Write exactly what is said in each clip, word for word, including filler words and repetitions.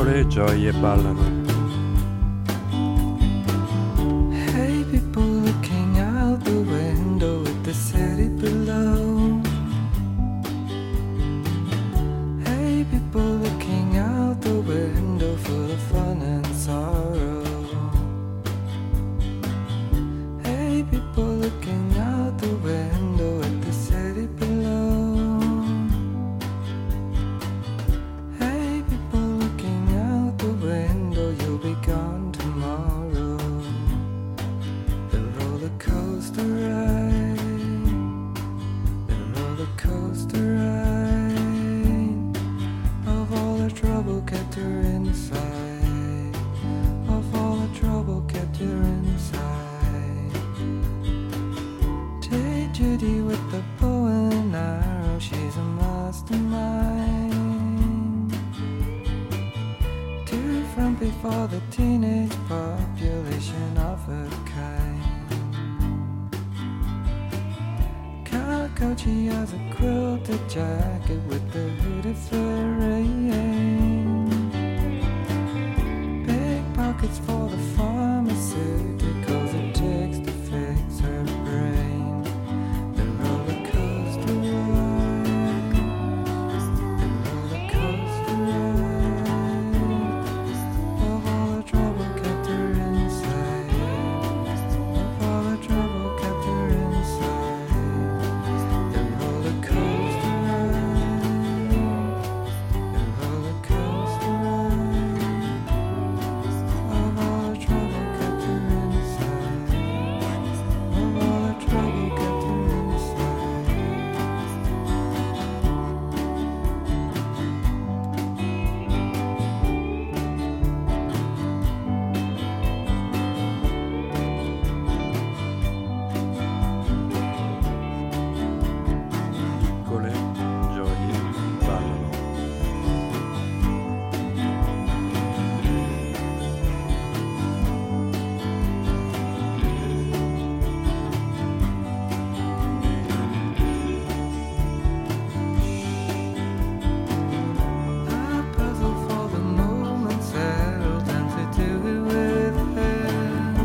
Piccole gioie ballano. Hey, people looking out the window at the city below. Hey, people looking out the window full of fun and sorrow. Hey, people looking out the window at the city below. Hey, people looking out the window, you'll be gone tomorrow. The roller coaster ride, the roller coaster ride of all the trouble kept her inside, of all the trouble kept her inside. Take Judy with the bow and arrow, she's a mastermind. Too frumpy for the teenage population of her kind. Calicochi has a quilted jacket with the hooded rain. Big pockets for the pharmaceuticals it takes to fix her brain. The roller coaster ride, the roller coaster ride of all the trouble kept her inside, of all the trouble kept her inside. The roller coaster ride, the roller coaster ride of all the trouble kept her inside, of all the trouble kept her inside. Piccole gioie ballano. I puzzle for the moment settled and to do it with him.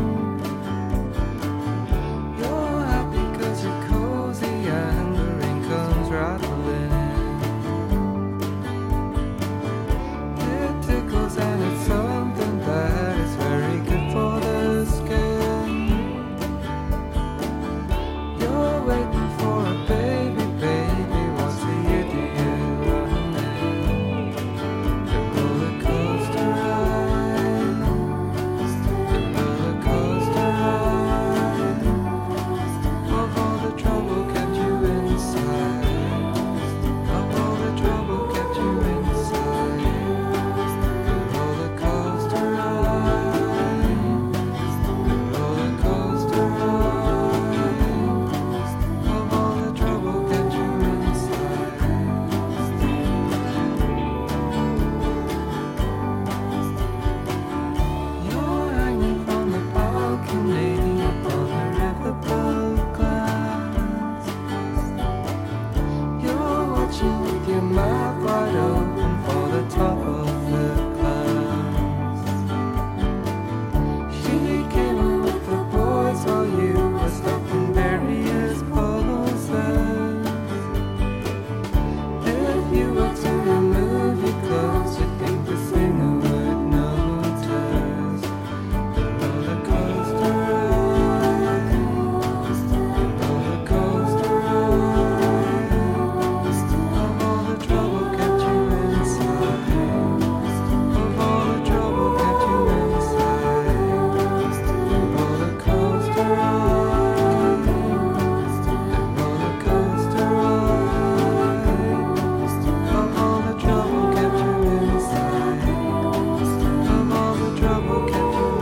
You're happy 'cause you're cozy and the rain comes rattling in. It tickles and it's something that is very good for the skin. You're waiting for a baby, baby, what's the idiot running? The roller coaster ride, the roller coaster ride of all the trouble kept you inside, of all the trouble kept you inside. The roller coaster ride, the roller coaster ride of all the trouble kept you inside. You're hanging from the balcony upon the riverboat glass. You're watching with your mouth wide open for the top of the class. She came in with the boys while you were stuck in various poses. If you were to remove your clothes, you think the singer would notice. The roller coaster ride, the roller coaster ride of all the trouble kept you inside, of all the trouble kept you inside. The roller coaster ride, the roller coaster ride of all the trouble kept you inside, of all the trouble kept you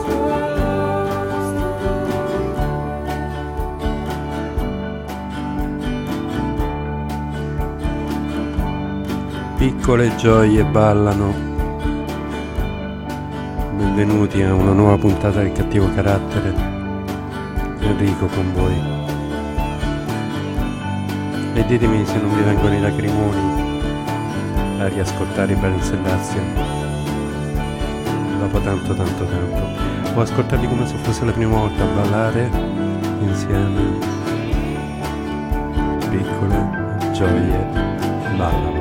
inside. Piccole gioie ballano. Benvenuti a una nuova puntata del Cattivo Carattere. Enrico con voi. E ditemi se non vi vengono i lacrimoni a riascoltare i Bell Sebastian. dopo tanto tanto tempo. Ho ascoltati come se fosse la prima volta a ballare insieme. Piccole gioie ballano.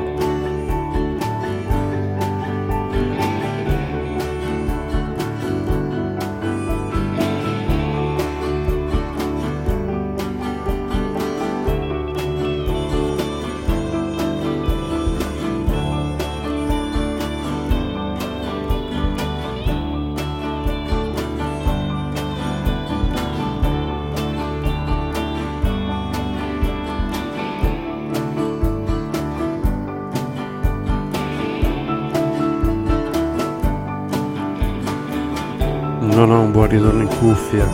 Non ho un buon ritorno in cuffia.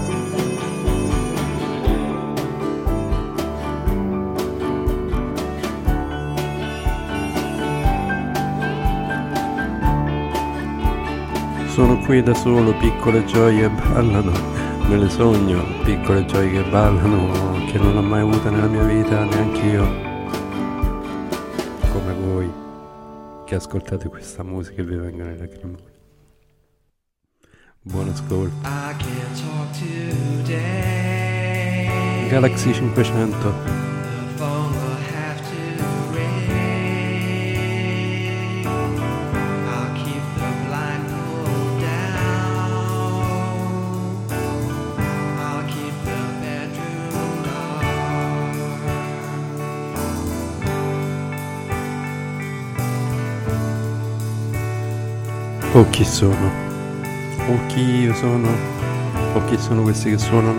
Sono qui da solo, piccole gioie ballano, me le sogno, piccole gioie che ballano, che non ho mai avuto nella mia vita, neanche io, come voi, che ascoltate questa musica e vi vengono le lacrimoni. Buon ascolto. Galaxy cinquecento. O chi sono? O chi io sono? O chi sono questi che suonano?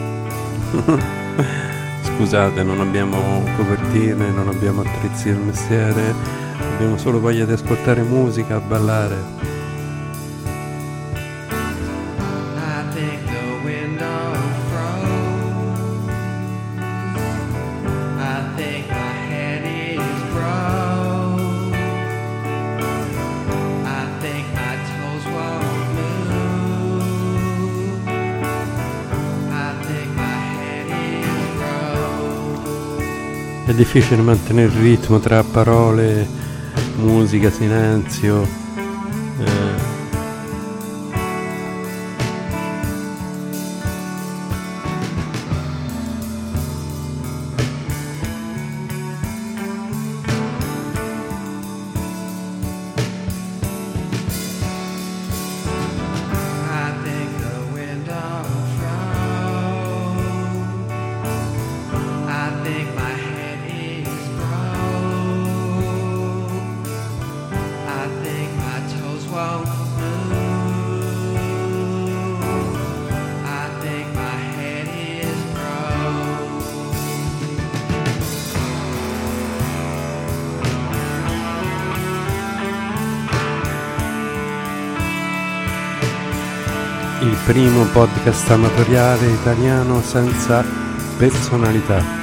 Scusate, non abbiamo copertine, non abbiamo attrezzi del mestiere, abbiamo solo voglia di ascoltare musica, ballare. È difficile mantenere il ritmo tra parole, musica, silenzio. Eh. Il primo podcast amatoriale italiano senza personalità.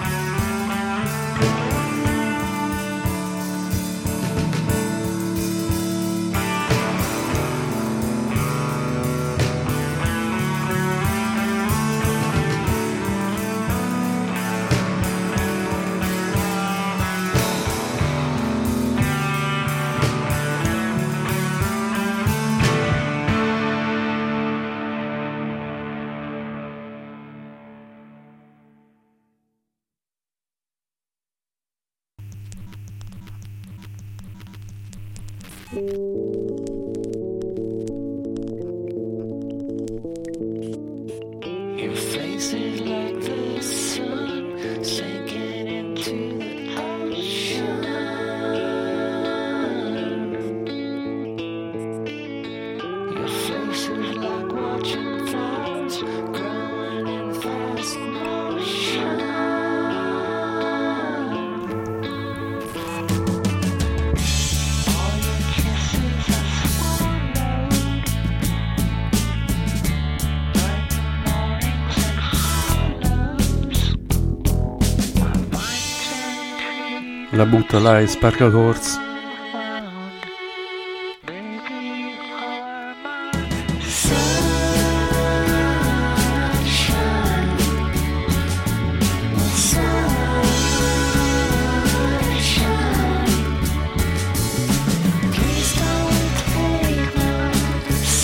Your face is like the sun sinking into the ocean. Your face is like watching flowers growing in fast motion. La butto là in Sparkle Horse. Please don't take my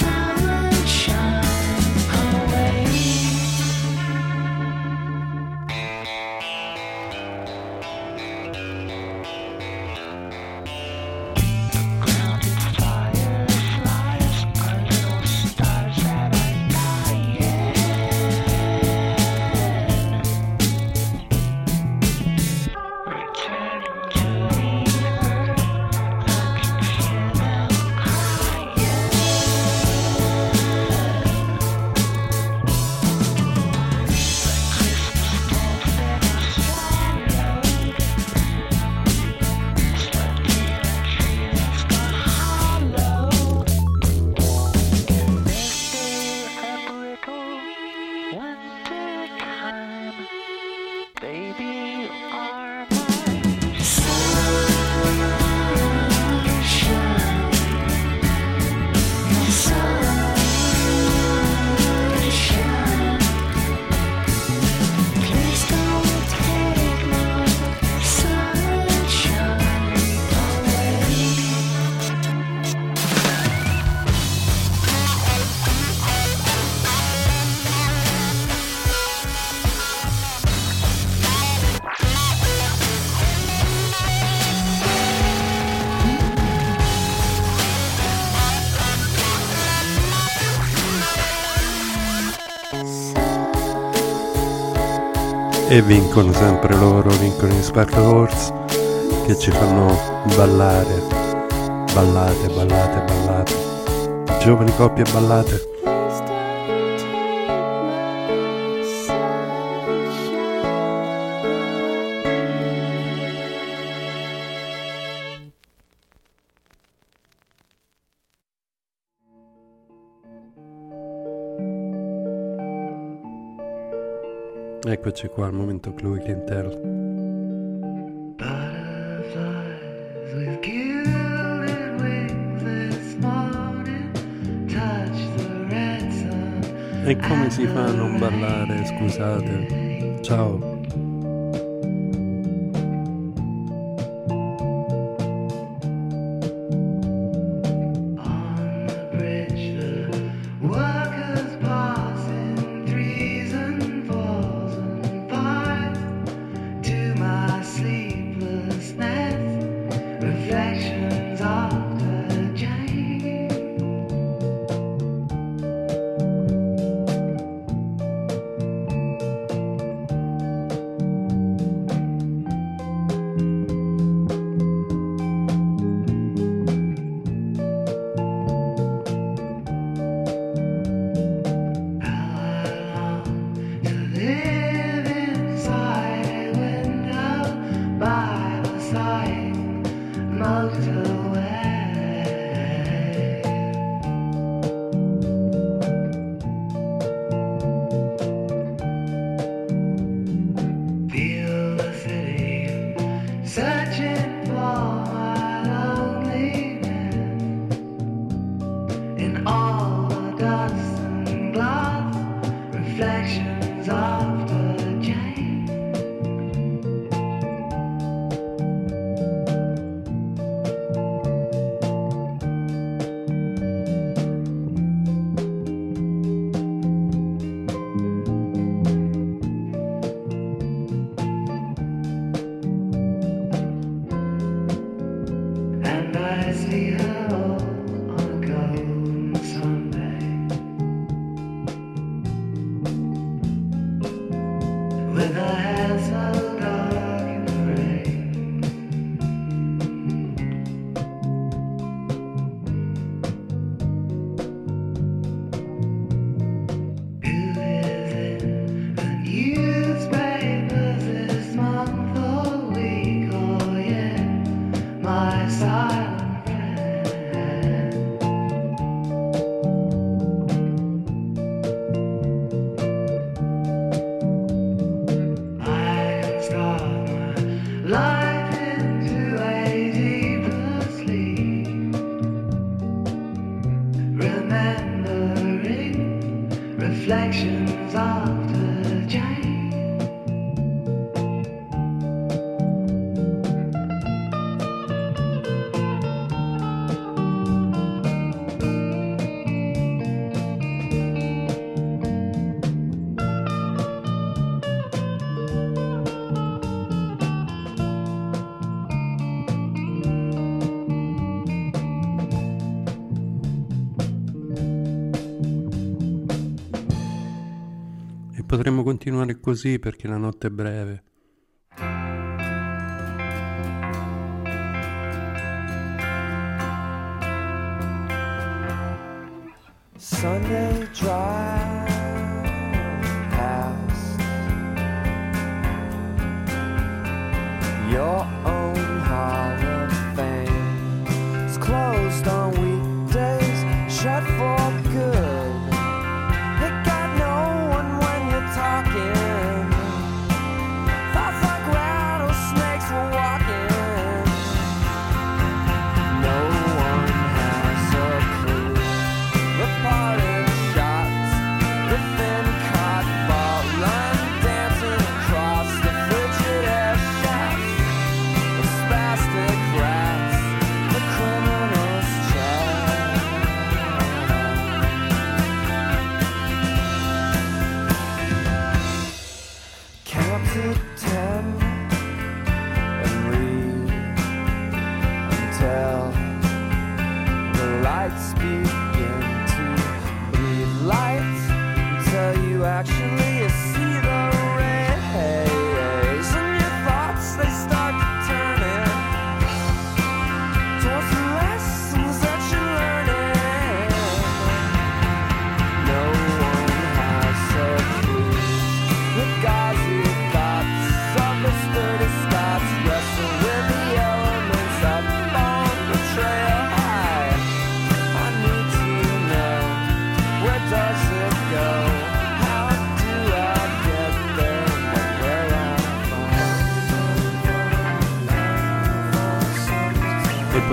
E vincono sempre loro, vincono gli Sparkle Horse che ci fanno ballare, ballate, ballate, ballate, giovani coppie ballate. Eccoci qua al momento Chloe Quintel. Butterflies with gilded wings this morning touch the red sun. E come si fa a non ballare, scusate? Ciao. On the bridge, the workers pass in threes and fours and fives. To my sleeplessness, reflections of the Jane. Searching for my loneliness in all the dust and glass, reflections of the Jane. And I see her all on a golden Sunday, with her hair so dark in the rain. Who is in the newspapers this month or week or year? My silent friend. I can start my life into a deeper sleep, remembering reflections of the Jane. E potremmo continuare così perché la notte è breve. Sunday drive past your own Hall of Fame. It's closed on weekdays, shut for good. They got no one when you're talking. Thoughts like rattlesnakes were walking. No one has a clue. The parting shots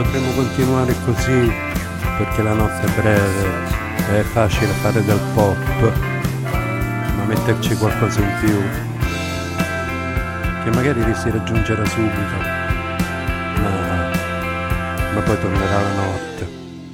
potremmo continuare così perché la notte è breve, è facile fare del pop, ma metterci qualcosa in più che magari si raggiungerà subito, ma, ma poi tornerà la notte.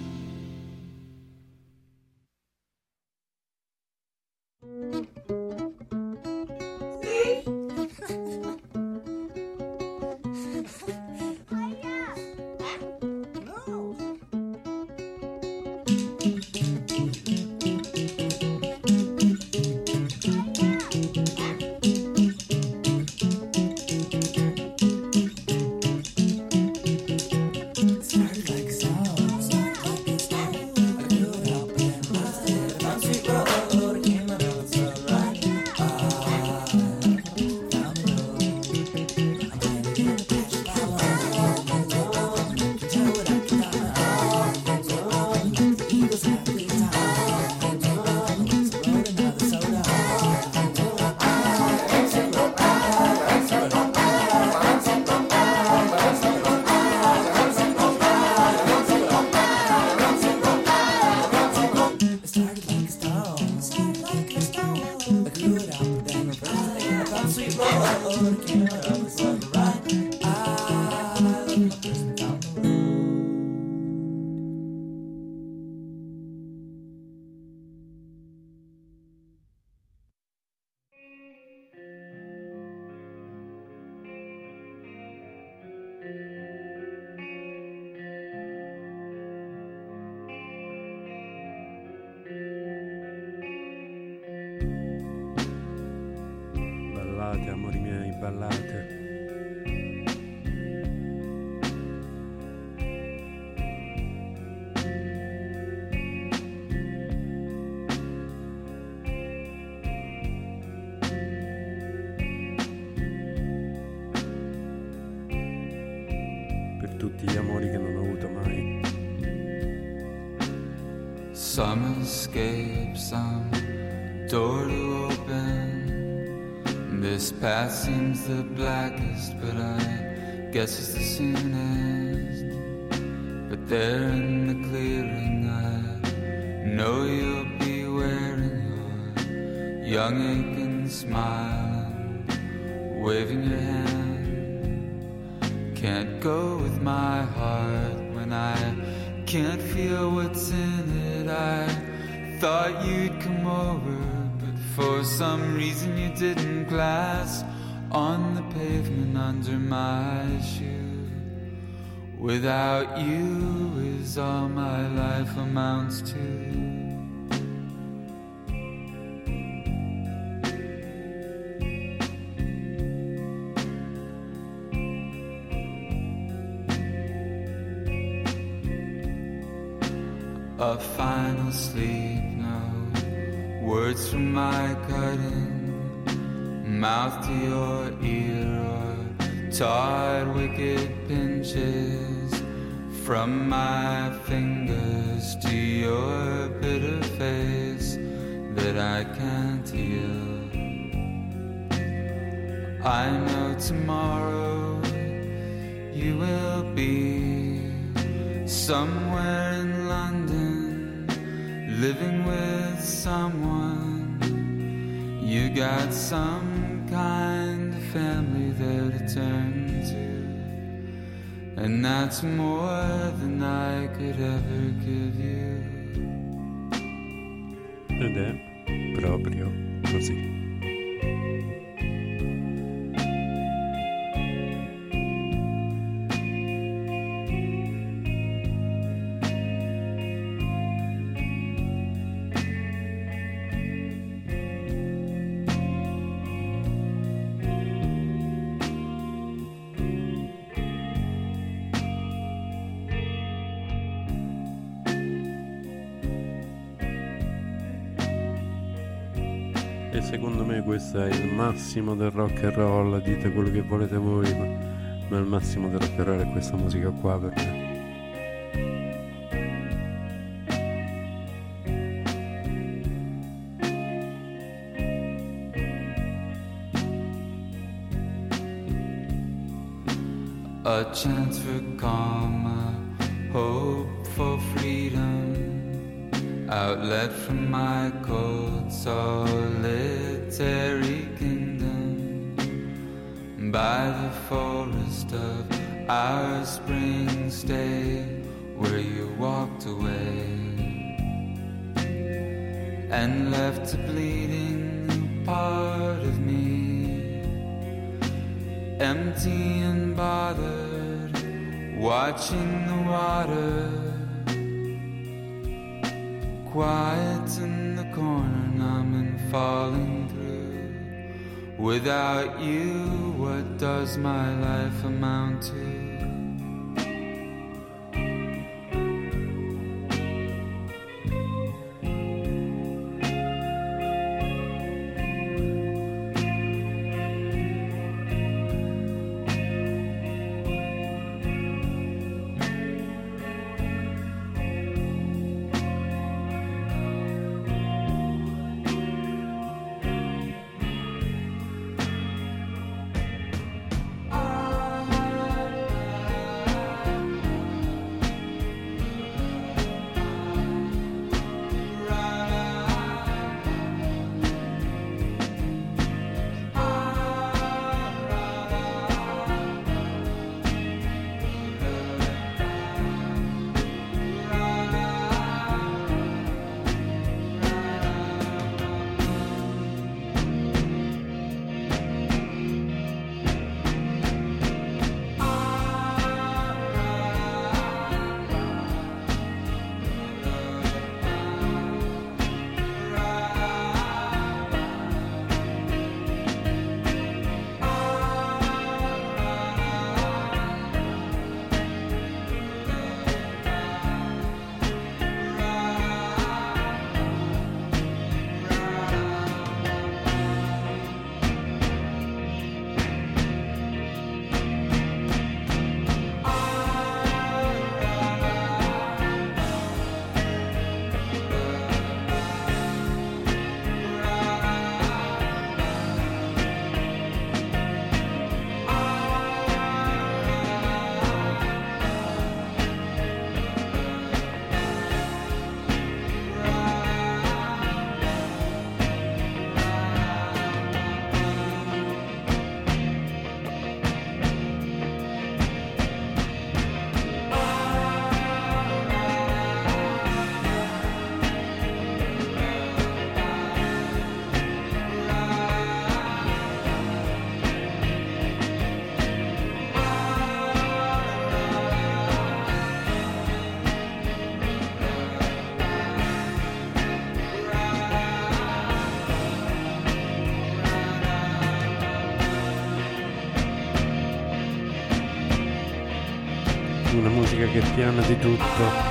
Ballate, amori miei, ballate. Per tutti gli amori che non ho avuto mai. Some escape, some door to open. This path seems the blackest, but I guess it's the soonest. But there in the clearing, I know you'll be wearing your young aching smile and waving your hand. Can't go with my heart when I can't feel what's in it. I thought you'd come over, but for some reason you didn't. Glass on the pavement under my shoe. Without you is all my life amounts to. A final sleep, no words from my cutting mouth to your ear, or tired wicked pinches from my fingers to your bitter face that I can't heal. I know tomorrow you will be somewhere in London, living with someone. You got some kind of family there to turn to, and that's more than I could ever give you. Ed è proprio così. E secondo me questo è il massimo del rock and roll, dite quello che volete voi, ma, ma il massimo del rock and roll è questa musica qua per me. A chance for calm, a hope for freedom, outlet from my cold solitary kingdom, by the forest of our spring stay, where you walked away and left a bleeding part of me, empty and bothered, watching the water, quiet in the corner, numb and falling through. Without you, what does my life amount to? Una musica che piana di tutto.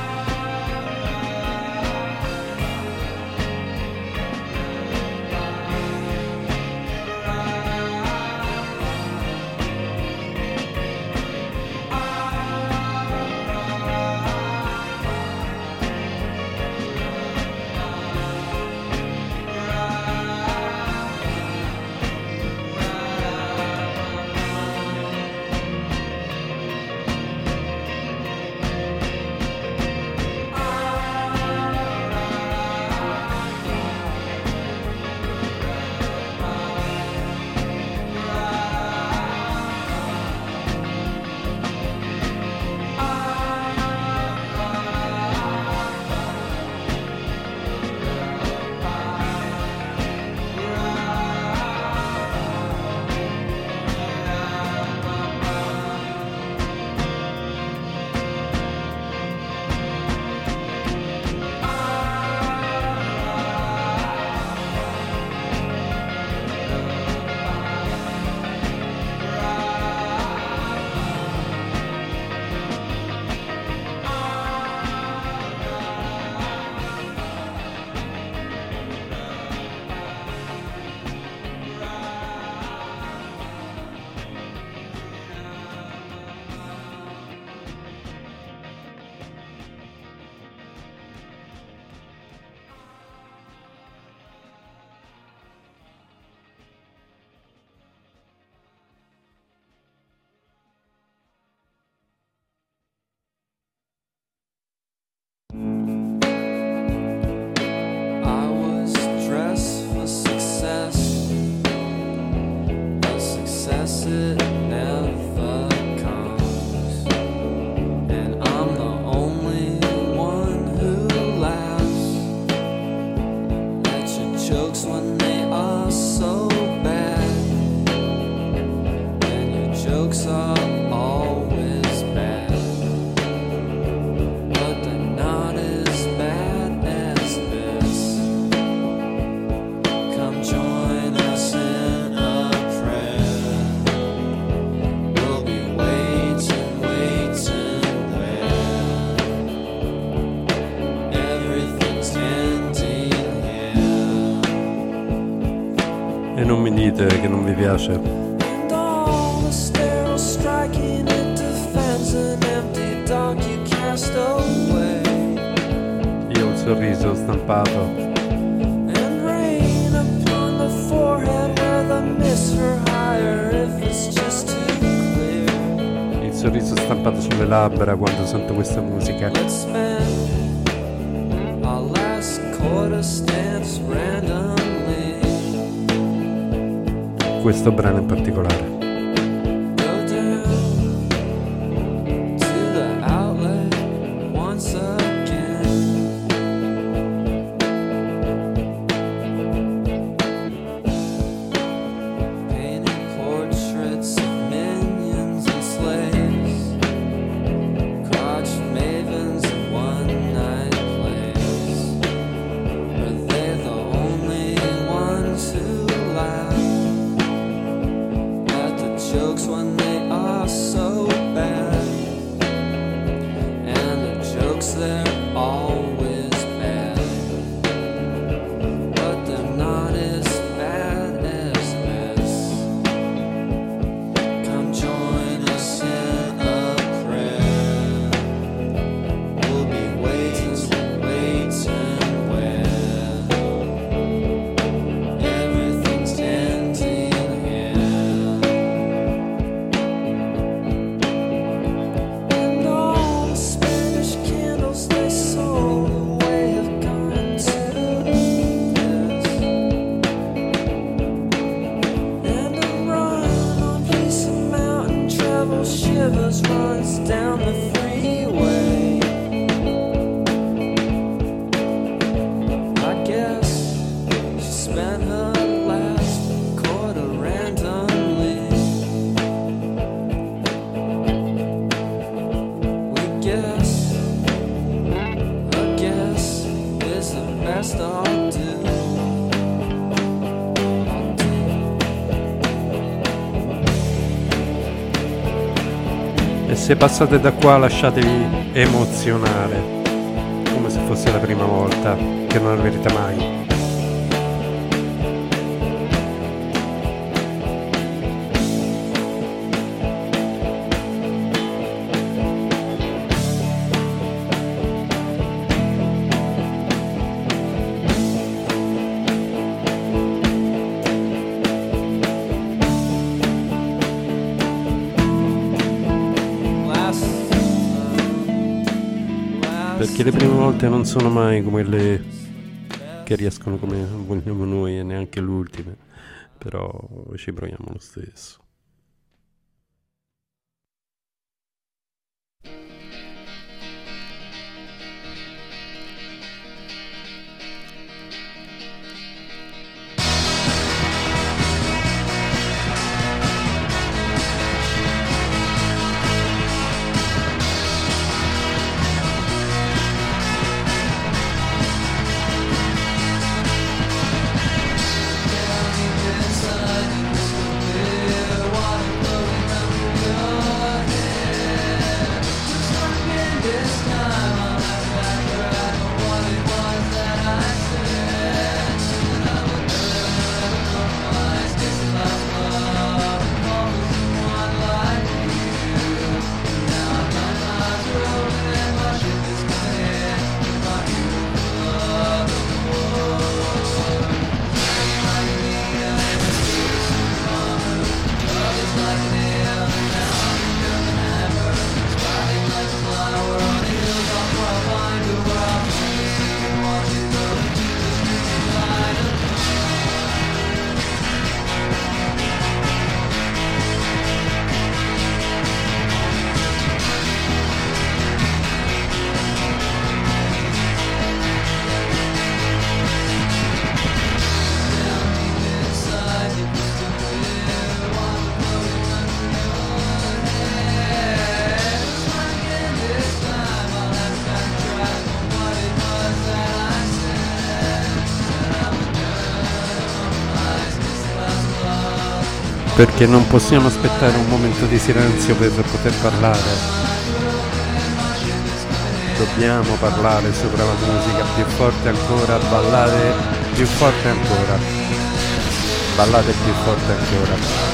jokes when they are so bad, and your jokes are always bad, but they're not as bad as this. Come join us in a prayer. We'll be waiting, waiting there. Everything's ending here. E non mi dite che non vi piace. And all the sterile striking it defends an empty dog you cast away. Io ho il sorriso stampato, And rain upon the forehead where the mists are higher if it's just too clear. il sorriso stampato sulle labbra quando sento questa musica. Let's spend our last quarter stance randomly. Questo brano in particolare. Go down to the outlet once again. Painting portraits of minions and slaves, crotch mavens and one-night plays. Are they the only ones who laugh at the jokes when they are so bad? And the jokes, they're always bad, but they're not as bad as this. Come join us in a prayer. We'll be waiting, waiting where everything's ending here. And all the Spanish candles they sold away have gone to this. And a run on Lisa Mountain travel shivers runs down the freeway. I guess she spent her last quarter randomly. We guess, I guess, is the best I'll do. I'll do. E se passate da qua lasciatevi emozionare, come se fosse la prima volta, che non la verrete mai. Last, last Perché le prime volte non sono mai come quelle che riescono come vogliamo noi, e neanche le ultime, però ci proviamo lo stesso. Inside, perché non possiamo aspettare un momento di silenzio per poter parlare. Dobbiamo parlare sopra la musica, più forte ancora, ballare più forte ancora, ballate più forte ancora.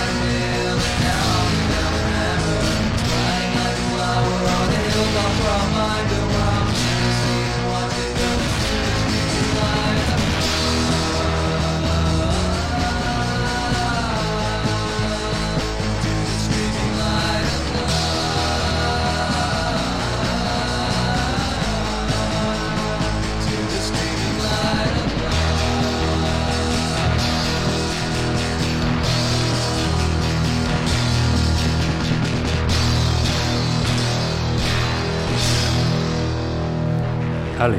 Ale.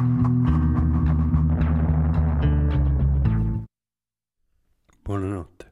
Buonanotte.